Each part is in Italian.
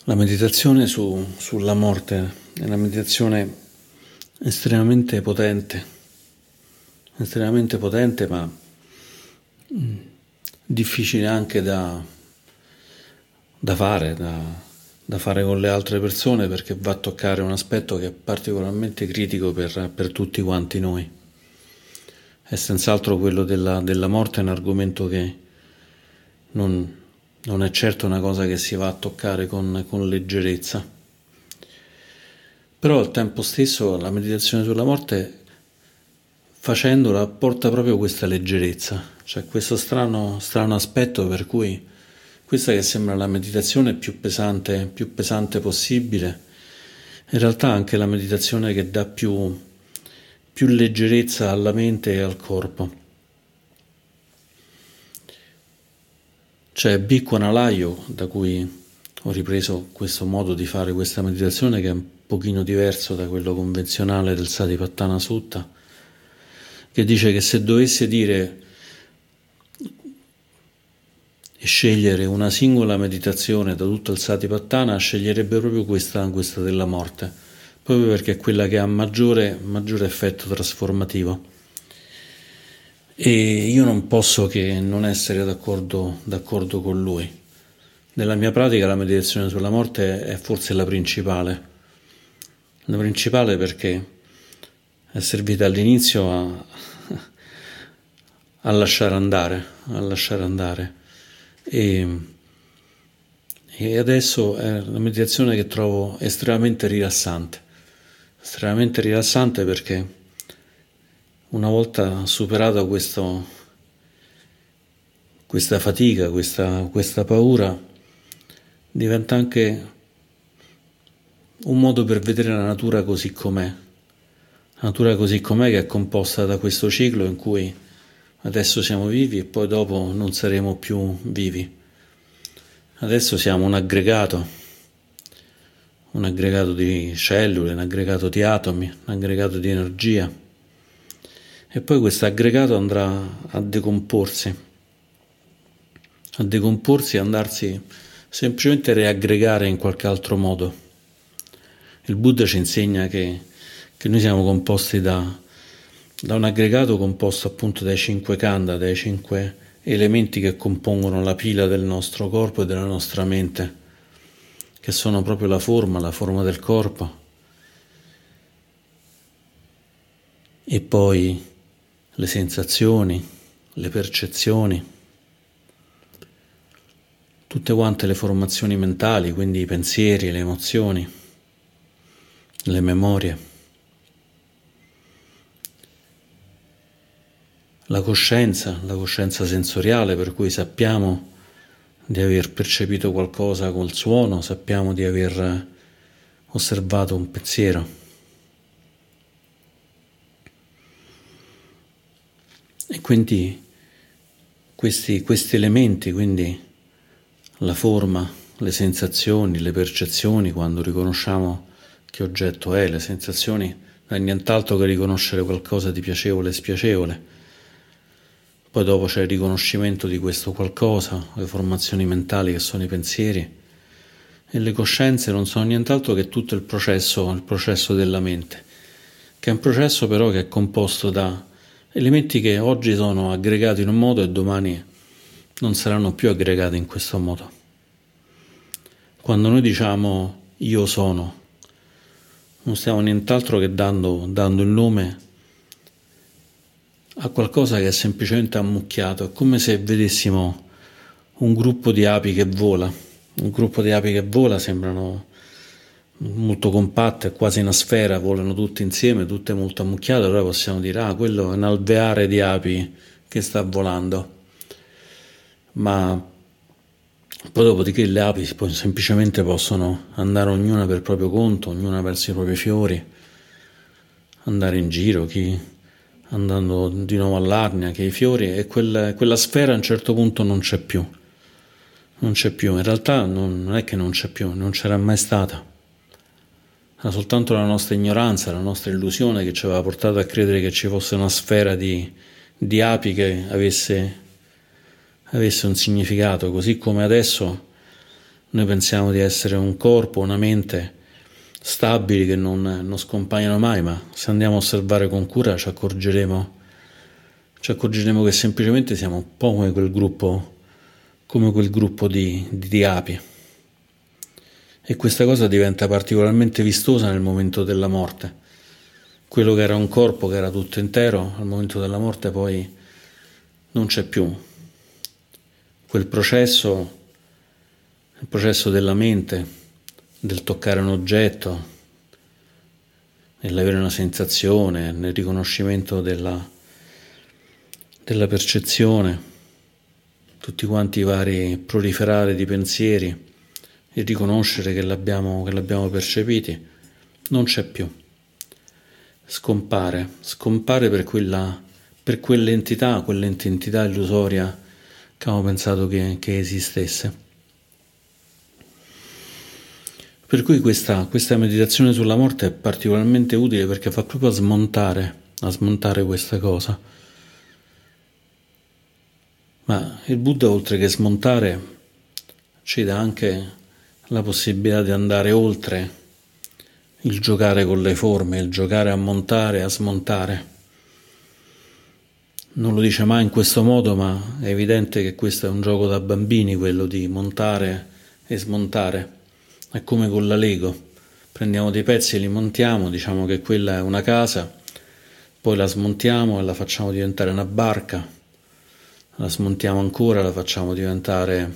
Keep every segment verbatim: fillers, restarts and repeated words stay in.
La meditazione su, sulla morte è una meditazione estremamente potente, estremamente potente, ma mh, difficile anche da, da fare, da, da fare con le altre persone, perché va a toccare un aspetto che è particolarmente critico per, per tutti quanti noi. È senz'altro quello della, della morte, è un argomento che non, non è certo una cosa che si va a toccare con, con leggerezza. Però al tempo stesso la meditazione sulla morte, facendola, porta proprio questa leggerezza, cioè questo strano, strano aspetto per cui questa che sembra la meditazione più pesante, più pesante possibile, in realtà anche la meditazione che dà più, più leggerezza alla mente e al corpo. C'è Bhikkhu-Nalayo, da cui ho ripreso questo modo di fare questa meditazione, che è un pochino diverso da quello convenzionale del Satipatthana Sutta, che dice che se dovesse dire e scegliere una singola meditazione da tutto il Satipatthana, sceglierebbe proprio questa, questa della morte, proprio perché è quella che ha maggiore, maggiore effetto trasformativo. E io non posso che non essere d'accordo, d'accordo con lui. Nella mia pratica la meditazione sulla morte è forse la principale. La principale perché è servita all'inizio a, a lasciare andare, a lasciare andare. E, e adesso è una meditazione che trovo estremamente rilassante. Estremamente rilassante perché una volta superato questo, questa fatica, questa, questa paura, diventa anche un modo per vedere la natura così com'è. La natura così com'è, che è composta da questo ciclo in cui adesso siamo vivi e poi dopo non saremo più vivi. Adesso siamo un aggregato, un aggregato di cellule, un aggregato di atomi, un aggregato di energia. E poi questo aggregato andrà a decomporsi, a decomporsi e andarsi semplicemente riaggregare in qualche altro modo. Il Buddha ci insegna che, che noi siamo composti da, da un aggregato composto appunto dai cinque khandha, dai cinque elementi che compongono la pila del nostro corpo e della nostra mente, che sono proprio la forma, la forma del corpo, e poi le sensazioni, le percezioni, tutte quante le formazioni mentali, quindi i pensieri, le emozioni, le memorie, la coscienza, la coscienza sensoriale, per cui sappiamo di aver percepito qualcosa col suono, sappiamo di aver osservato un pensiero. E quindi questi, questi elementi, quindi la forma, le sensazioni, le percezioni, quando riconosciamo che oggetto è, le sensazioni non è nient'altro che riconoscere qualcosa di piacevole e spiacevole. Poi dopo c'è il riconoscimento di questo qualcosa, le formazioni mentali che sono i pensieri, e le coscienze non sono nient'altro che tutto il processo, il processo della mente, che è un processo però che è composto da elementi che oggi sono aggregati in un modo e domani non saranno più aggregati in questo modo. Quando noi diciamo io sono, non stiamo nient'altro che dando, dando il nome a qualcosa che è semplicemente ammucchiato. È come se vedessimo un gruppo di api che vola. Un gruppo di api che vola sembrano molto compatte, quasi una sfera, volano tutte insieme, tutte molto ammucchiate. Allora possiamo dire, ah, quello è un alveare di api che sta volando. Ma poi dopodiché le api semplicemente possono andare ognuna per il proprio conto, ognuna verso i propri fiori, andare in giro, chi andando di nuovo all'arnia, che i fiori, e quella, quella sfera a un certo punto non c'è più. Non c'è più, in realtà non, non è che non c'è più, non c'era mai stata. Era soltanto la nostra ignoranza, la nostra illusione che ci aveva portato a credere che ci fosse una sfera di, di api che avesse, avesse un significato, così come adesso Noi pensiamo di essere un corpo, una mente stabili che non, non scompaiono mai, ma se andiamo a osservare con cura ci accorgeremo, ci accorgeremo che semplicemente siamo un po' come quel gruppo, come quel gruppo di, di, di api. E questa cosa diventa particolarmente vistosa nel momento della morte. Quello che era un corpo, che era tutto intero, al momento della morte poi non c'è più. Quel processo, il processo della mente, del toccare un oggetto, nell'avere una sensazione, nel riconoscimento della, della percezione, tutti quanti i vari proliferare di pensieri, il riconoscere che l'abbiamo, che l'abbiamo percepiti, non c'è più. Scompare, scompare per quella, per quell'entità, quell'entità illusoria che avevamo pensato che, che esistesse. Per cui questa, questa meditazione sulla morte è particolarmente utile perché fa proprio a smontare, a smontare questa cosa. Ma il Buddha, oltre che smontare, ci dà anche la possibilità di andare oltre il giocare con le forme, il giocare a montare, a smontare. Non lo dice mai in questo modo, ma è evidente che questo è un gioco da bambini, quello di montare e smontare. È come con la Lego. Prendiamo dei pezzi e li montiamo, diciamo che quella è una casa, poi la smontiamo e la facciamo diventare una barca, la smontiamo ancora, la facciamo diventare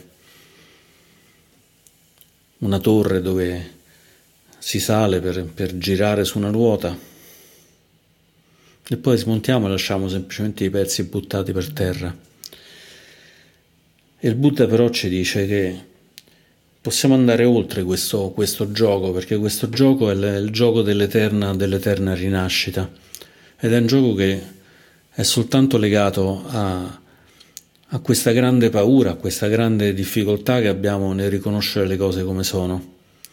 una torre dove si sale per, per girare su una ruota e poi smontiamo e lasciamo semplicemente i pezzi buttati per terra. E il Buddha però ci dice che possiamo andare oltre questo, questo gioco, perché questo gioco è il, il gioco dell'eterna, dell'eterna rinascita, ed è un gioco che è soltanto legato a a questa grande paura, a questa grande difficoltà che abbiamo nel riconoscere le cose come sono.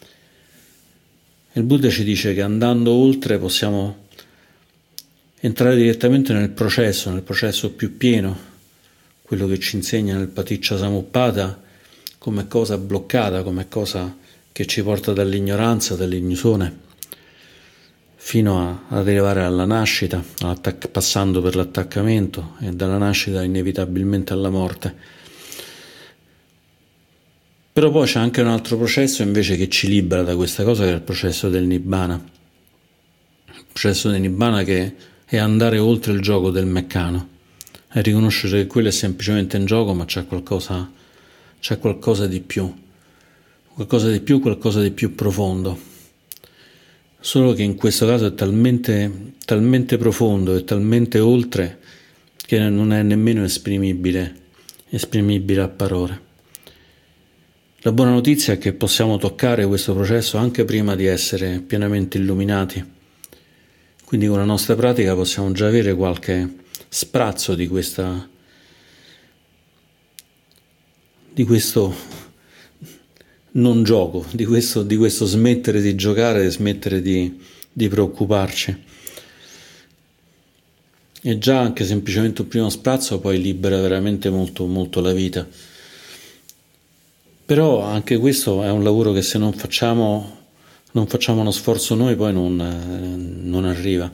Il Buddha ci dice che andando oltre possiamo entrare direttamente nel processo, nel processo più pieno, quello che ci insegna nel Paticca Samuppada come cosa bloccata, come cosa che ci porta dall'ignoranza, dall'ignusione, fino a, ad arrivare alla nascita, passando per l'attaccamento e dalla nascita inevitabilmente alla morte. Però poi c'è anche un altro processo invece che ci libera da questa cosa, che è il processo del Nibbana. Il processo del Nibbana che è andare oltre il gioco del meccano, è riconoscere che quello è semplicemente un gioco, ma c'è qualcosa, c'è qualcosa di più, qualcosa di più, qualcosa di più profondo. Solo che in questo caso è talmente, talmente profondo e talmente oltre che non è nemmeno esprimibile, esprimibile a parole. La buona notizia è che possiamo toccare questo processo anche prima di essere pienamente illuminati. Quindi con la nostra pratica possiamo già avere qualche sprazzo di questa, di questo non gioco, di questo, di questo smettere di giocare, di smettere di, di preoccuparci. E già anche semplicemente un primo sprazzo poi libera veramente molto, molto la vita. Però anche questo è un lavoro che se non facciamo, non facciamo uno sforzo noi poi non, non arriva.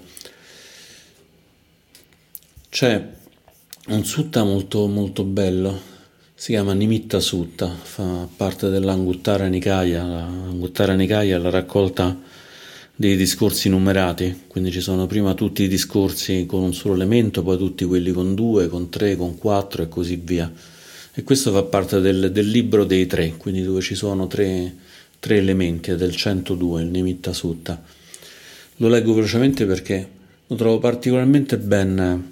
C'è un sutta molto, molto bello, si chiama Nimitta Sutta, fa parte dell'Anguttara Nikaya. L'Anguttara Nikaya è la raccolta dei discorsi numerati, quindi ci sono prima tutti i discorsi con un solo elemento, poi tutti quelli con due, con tre, con quattro e così via. E questo fa parte del, del libro dei tre, quindi dove ci sono tre, tre elementi, è del centodue, il Nimitta Sutta. Lo leggo velocemente perché lo trovo particolarmente ben...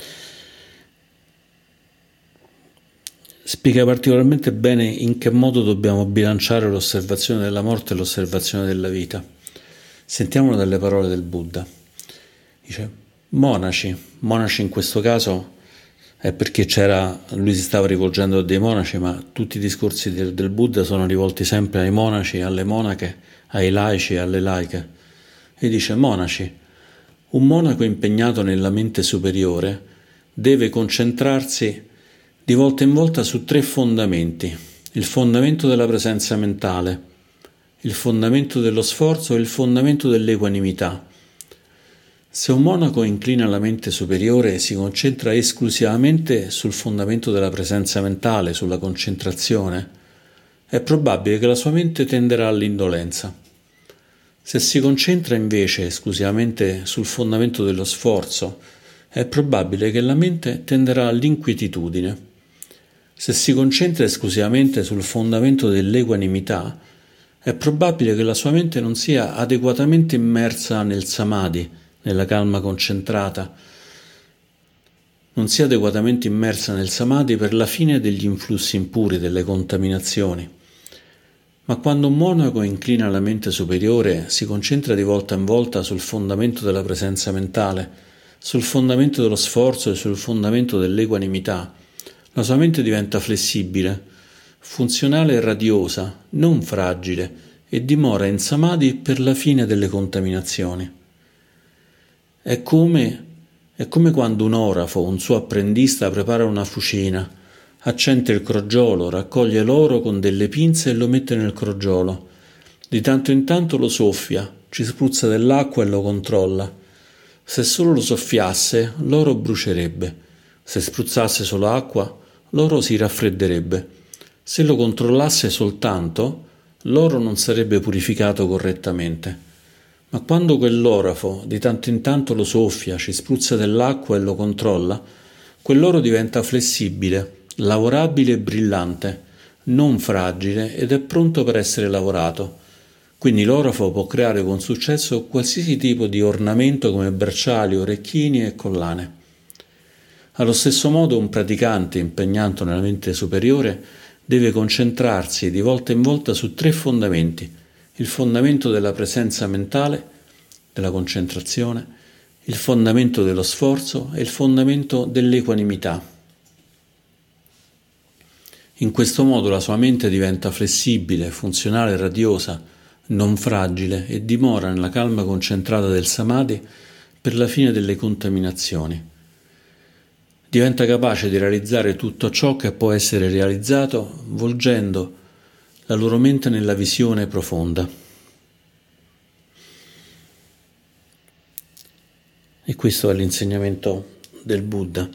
Spiega particolarmente bene in che modo dobbiamo bilanciare l'osservazione della morte e l'osservazione della vita. Sentiamolo dalle parole del Buddha. Dice, monaci, monaci in questo caso è perché c'era, lui si stava rivolgendo a dei monaci, ma tutti i discorsi del, del Buddha sono rivolti sempre ai monaci, alle monache, ai laici e alle laiche. E dice, monaci, un monaco impegnato nella mente superiore deve concentrarsi di volta in volta su tre fondamenti il fondamento della presenza mentale, il fondamento dello sforzo e il fondamento dell'equanimità. Se un monaco inclina la mente superiore e si concentra esclusivamente sul fondamento della presenza mentale, sulla concentrazione, è probabile che la sua mente tenderà all'indolenza. Se si concentra invece esclusivamente sul fondamento dello sforzo, è probabile che la mente tenderà all'inquietudine. Se si concentra esclusivamente sul fondamento dell'equanimità, è probabile che la sua mente non sia adeguatamente immersa nel samadhi, nella calma concentrata, non sia adeguatamente immersa nel samadhi per la fine degli influssi impuri, delle contaminazioni. Ma quando un monaco inclina la mente superiore, si concentra di volta in volta sul fondamento della presenza mentale, sul fondamento dello sforzo e sul fondamento dell'equanimità, la sua mente diventa flessibile, funzionale e radiosa, non fragile, e dimora in samadhi per la fine delle contaminazioni. È come, è come quando un orafo, un suo apprendista, prepara una fucina, accende il crogiolo, raccoglie l'oro con delle pinze e lo mette nel crogiolo. Di tanto in tanto lo soffia, ci spruzza dell'acqua e lo controlla. Se solo lo soffiasse, l'oro brucierebbe. Se spruzzasse solo acqua, l'oro si raffredderebbe. Se lo controllasse soltanto, l'oro non sarebbe purificato correttamente. Ma quando quell'orafo di tanto in tanto lo soffia, ci spruzza dell'acqua e lo controlla, quell'oro diventa flessibile, lavorabile e brillante, non fragile ed è pronto per essere lavorato. Quindi l'orafo può creare con successo qualsiasi tipo di ornamento come bracciali, orecchini e collane. Allo stesso modo un praticante impegnato nella mente superiore deve concentrarsi di volta in volta su tre fondamenti: il fondamento della presenza mentale, della concentrazione, il fondamento dello sforzo e il fondamento dell'equanimità. In questo modo la sua mente diventa flessibile, funzionale e radiosa, non fragile e dimora nella calma concentrata del samadhi per la fine delle contaminazioni. Diventa capace di realizzare tutto ciò che può essere realizzato volgendo la loro mente nella visione profonda. E questo è l'insegnamento del Buddha.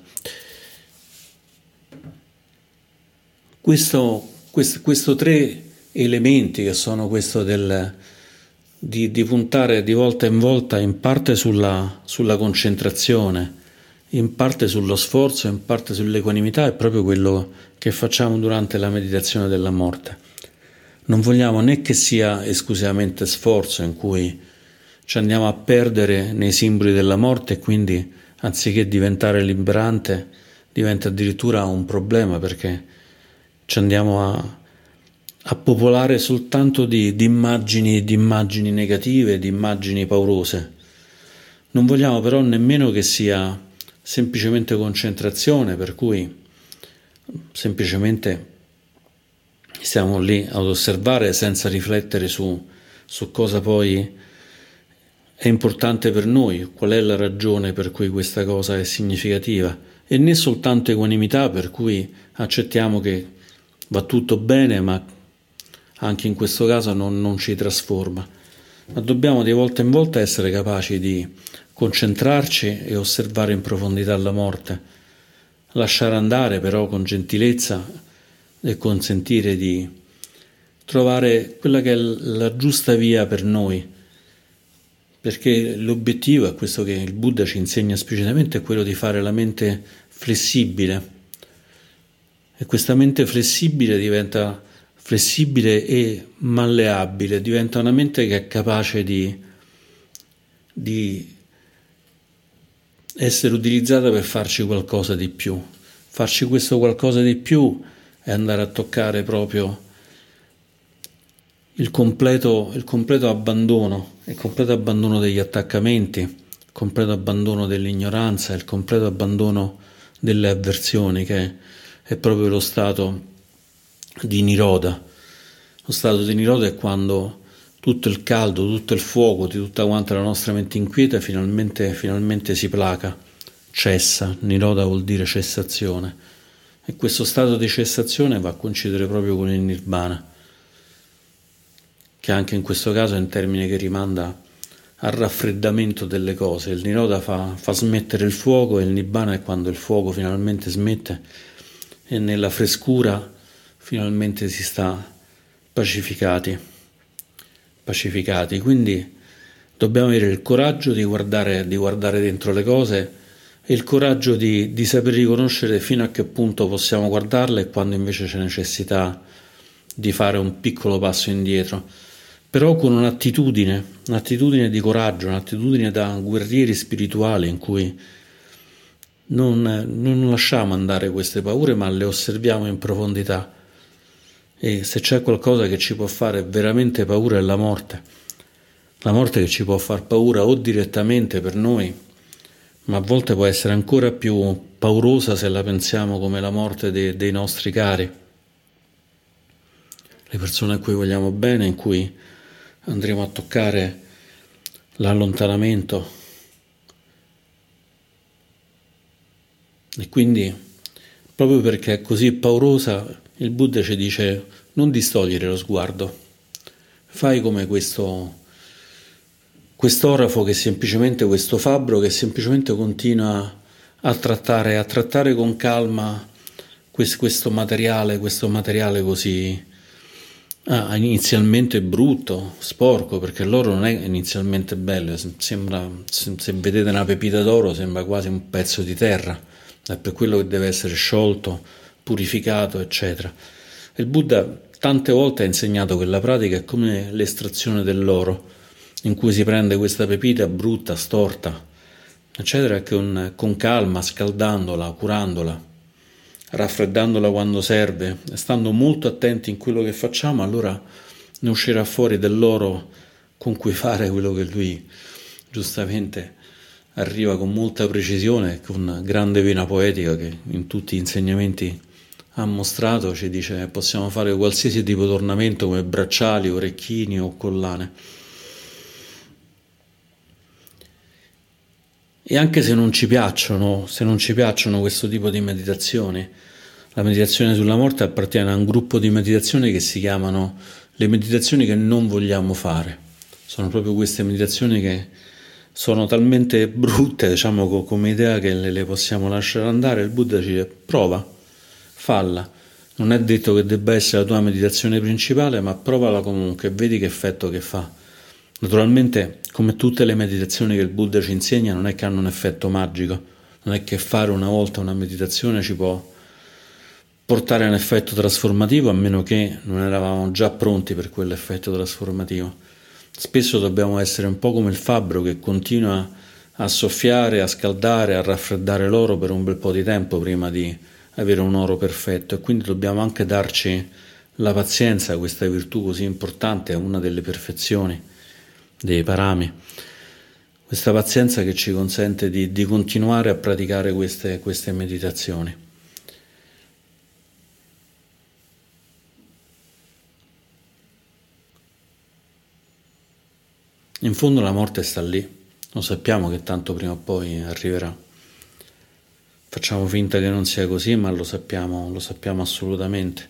Questo, questo, questo tre elementi che sono questo del, di, di puntare di volta in volta in parte sulla, sulla concentrazione, in parte sullo sforzo, in parte sull'equanimità, è proprio quello che facciamo durante la meditazione della morte. Non vogliamo né che sia esclusivamente sforzo in cui ci andiamo a perdere nei simboli della morte e quindi anziché diventare liberante diventa addirittura un problema perché ci andiamo a, a popolare soltanto di, di immagini, di immagini negative, di immagini paurose. Non vogliamo però nemmeno che sia semplicemente concentrazione, per cui semplicemente stiamo lì ad osservare senza riflettere su, su cosa poi è importante per noi, qual è la ragione per cui questa cosa è significativa, e né soltanto equanimità per cui accettiamo che va tutto bene ma anche in questo caso non, non ci trasforma. Ma dobbiamo di volta in volta essere capaci di concentrarci e osservare in profondità la morte, lasciare andare però con gentilezza e consentire di trovare quella che è la giusta via per noi, perché l'obiettivo è questo che il Buddha ci insegna esplicitamente, è quello di fare la mente flessibile, e questa mente flessibile diventa flessibile e malleabile, diventa una mente che è capace di, di essere utilizzata per farci qualcosa di più. Farci questo qualcosa di più è andare a toccare proprio il completo, il completo abbandono, il completo abbandono degli attaccamenti, il completo abbandono dell'ignoranza, il completo abbandono delle avversioni, che è proprio lo stato di Niroda. Lo stato di Niroda è quando tutto il caldo, tutto il fuoco di tutta quanta la nostra mente inquieta finalmente, finalmente si placa, cessa. Niroda vuol dire cessazione. E questo stato di cessazione va a coincidere proprio con il nirvana, che anche in questo caso è un termine che rimanda al raffreddamento delle cose. Il niroda fa, fa smettere il fuoco, e il nibbana è quando il fuoco finalmente smette e nella frescura finalmente si sta pacificati. pacificati. Quindi dobbiamo avere il coraggio di guardare, di guardare dentro le cose e il coraggio di, di saper riconoscere fino a che punto possiamo guardarle e quando invece c'è necessità di fare un piccolo passo indietro, però con un'attitudine, un'attitudine di coraggio, un'attitudine da guerrieri spirituali in cui non, non lasciamo andare queste paure, ma le osserviamo in profondità. E se c'è qualcosa che ci può fare veramente paura è la morte. La morte che ci può far paura o direttamente per noi, ma a volte può essere ancora più paurosa se la pensiamo come la morte dei, dei nostri cari, le persone a cui vogliamo bene, in cui andremo a toccare l'allontanamento. E quindi, proprio perché è così paurosa, il Buddha ci dice: non distogliere lo sguardo, fai come questo quest'orafo che semplicemente, questo fabbro che semplicemente continua a trattare, a trattare con calma questo, questo materiale, questo materiale così ah, inizialmente brutto, sporco, perché l'oro non è inizialmente bello, sembra, se, se vedete una pepita d'oro sembra quasi un pezzo di terra, è per quello che deve essere sciolto, purificato, eccetera. Il Buddha tante volte ha insegnato che la pratica è come l'estrazione dell'oro, in cui si prende questa pepita brutta, storta, eccetera, con, con calma, scaldandola, curandola, raffreddandola quando serve, e stando molto attenti in quello che facciamo, allora ne uscirà fuori dell'oro con cui fare quello che lui giustamente arriva con molta precisione, con grande vena poetica che in tutti gli insegnamenti ha mostrato, ci dice: possiamo fare qualsiasi tipo di ornamento come bracciali, orecchini o collane. E anche se non ci piacciono, se non ci piacciono questo tipo di meditazioni, la meditazione sulla morte appartiene a un gruppo di meditazioni che si chiamano le meditazioni che non vogliamo fare. Sono proprio queste meditazioni che sono talmente brutte, diciamo, come idea, che le, le possiamo lasciare andare. Il Buddha ci dice: prova, falla. Non è detto che debba essere la tua meditazione principale, ma provala comunque e vedi che effetto che fa. Naturalmente, come tutte le meditazioni che il Buddha ci insegna, non è che hanno un effetto magico, non è che fare una volta una meditazione ci può portare a un effetto trasformativo, a meno che non eravamo già pronti per quell'effetto trasformativo. Spesso dobbiamo essere un po' come il fabbro che continua a soffiare, a scaldare, a raffreddare l'oro per un bel po' di tempo prima di avere un oro perfetto, e quindi dobbiamo anche darci la pazienza. Questa virtù così importante è una delle perfezioni dei parami, questa pazienza che ci consente di, di continuare a praticare queste, queste meditazioni. In fondo la morte sta lì, lo sappiamo che tanto prima o poi arriverà. Facciamo finta che non sia così, ma lo sappiamo, lo sappiamo assolutamente.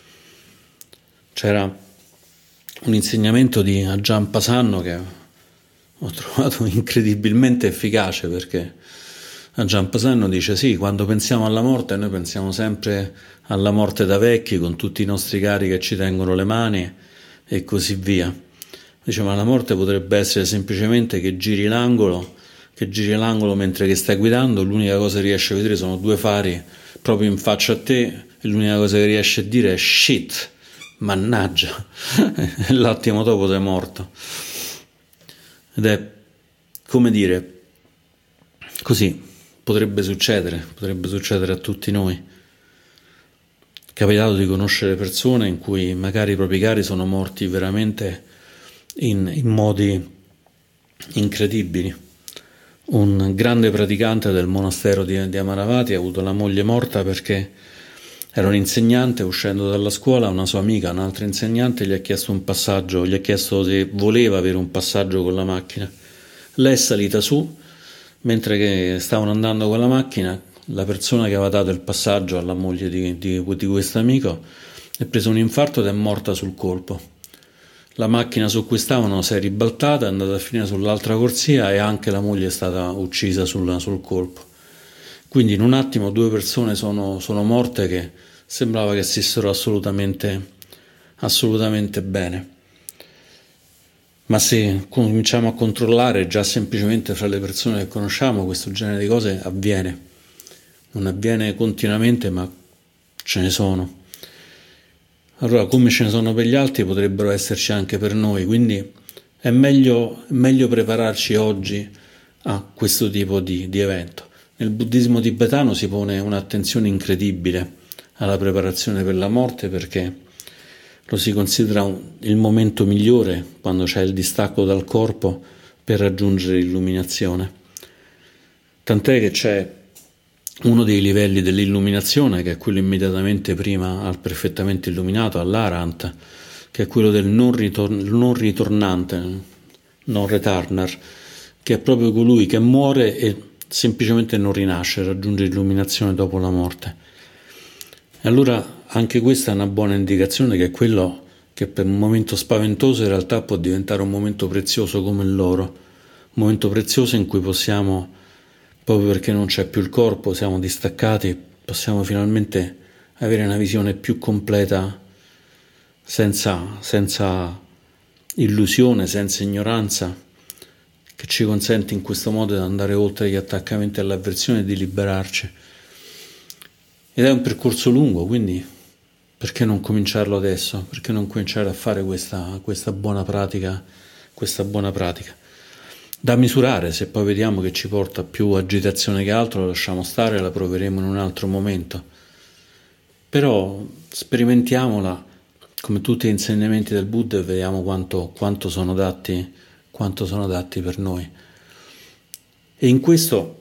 C'era un insegnamento di Ajahn Pasanno che ho trovato incredibilmente efficace, perché Ajahn Pasanno dice: sì, quando pensiamo alla morte noi pensiamo sempre alla morte da vecchi, con tutti i nostri cari che ci tengono le mani e così via. Dice: ma la morte potrebbe essere semplicemente che giri l'angolo, che giri l'angolo mentre che stai guidando, l'unica cosa che riesci a vedere sono due fari proprio in faccia a te, e l'unica cosa che riesci a dire è shit, mannaggia, e l'attimo dopo sei morto. Ed è, come dire, così potrebbe succedere, potrebbe succedere a tutti noi. È capitato di conoscere persone in cui magari i propri cari sono morti veramente in, in modi incredibili. Un grande praticante del monastero di, di Amaravati ha avuto la moglie morta perché era un insegnante, uscendo dalla scuola, una sua amica, un'altra insegnante, gli ha chiesto un passaggio, gli ha chiesto se voleva avere un passaggio con la macchina. Lei è salita su, mentre che stavano andando con la macchina, la persona che aveva dato il passaggio alla moglie di, di, di questo amico è presa un infarto ed è morta sul colpo. La macchina su cui stavano si è ribaltata, è andata a finire sull'altra corsia e anche la moglie è stata uccisa sul, sul colpo. Quindi in un attimo due persone sono, sono morte che sembrava che stessero assolutamente, assolutamente bene. Ma se cominciamo a controllare già semplicemente fra le persone che conosciamo, questo genere di cose avviene. Non avviene continuamente, ma ce ne sono. Allora, come ce ne sono per gli altri, potrebbero esserci anche per noi. Quindi è meglio, è meglio prepararci oggi a questo tipo di, di evento. Nel buddismo tibetano si pone un'attenzione incredibile alla preparazione per la morte, perché lo si considera un, il momento migliore quando c'è il distacco dal corpo per raggiungere l'illuminazione. Tant'è che c'è uno dei livelli dell'illuminazione, che è quello immediatamente prima al perfettamente illuminato, all'Arahant, che è quello del non, ritorn- non ritornante, non returner, che è proprio colui che muore e semplicemente non rinasce, raggiunge l'illuminazione dopo la morte. E allora anche questa è una buona indicazione, che è quello che per un momento spaventoso in realtà può diventare un momento prezioso come il loro, un momento prezioso in cui possiamo, proprio perché non c'è più il corpo, siamo distaccati, possiamo finalmente avere una visione più completa, senza, senza illusione, senza ignoranza, che ci consente in questo modo di andare oltre gli attaccamenti all'avversione e di liberarci. Ed è un percorso lungo, quindi perché non cominciarlo adesso? Perché non cominciare a fare questa, questa buona pratica, questa buona pratica? Da misurare, se poi vediamo che ci porta più agitazione che altro, la lasciamo stare, la proveremo in un altro momento. Però sperimentiamola come tutti gli insegnamenti del Buddha e vediamo quanto, quanto sono adatti, quanto sono adatti per noi. E in questo,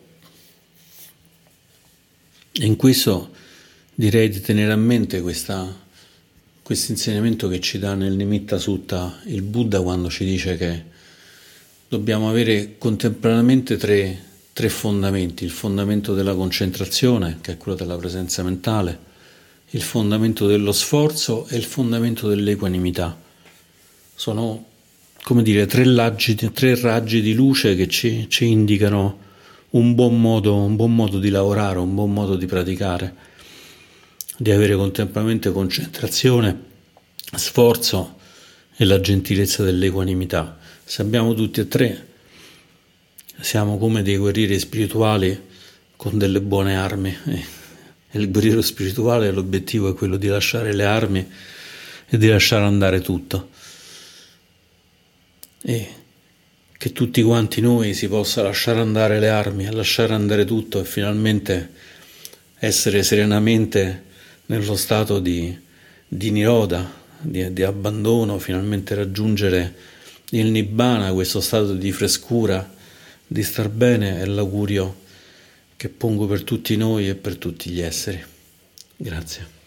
in questo direi di tenere a mente questa, questo insegnamento che ci dà nel Nimitta Sutta il Buddha, quando ci dice che dobbiamo avere contemporaneamente tre, tre fondamenti: il fondamento della concentrazione, che è quello della presenza mentale, il fondamento dello sforzo e il fondamento dell'equanimità. Sono, come dire, tre raggi, tre raggi di luce che ci, ci indicano un buon modo, un buon modo di lavorare, un buon modo di praticare, di avere contemporaneamente concentrazione, sforzo e la gentilezza dell'equanimità. Se abbiamo tutti e tre, siamo come dei guerrieri spirituali con delle buone armi. E il guerriero spirituale, l'obiettivo è quello di lasciare le armi e di lasciare andare tutto. E che tutti quanti noi si possa lasciare andare le armi, lasciare andare tutto e finalmente essere serenamente nello stato di, di niroda, di, di abbandono, finalmente raggiungere il nibbana, questo stato di frescura, di star bene, è l'augurio che pongo per tutti noi e per tutti gli esseri. Grazie.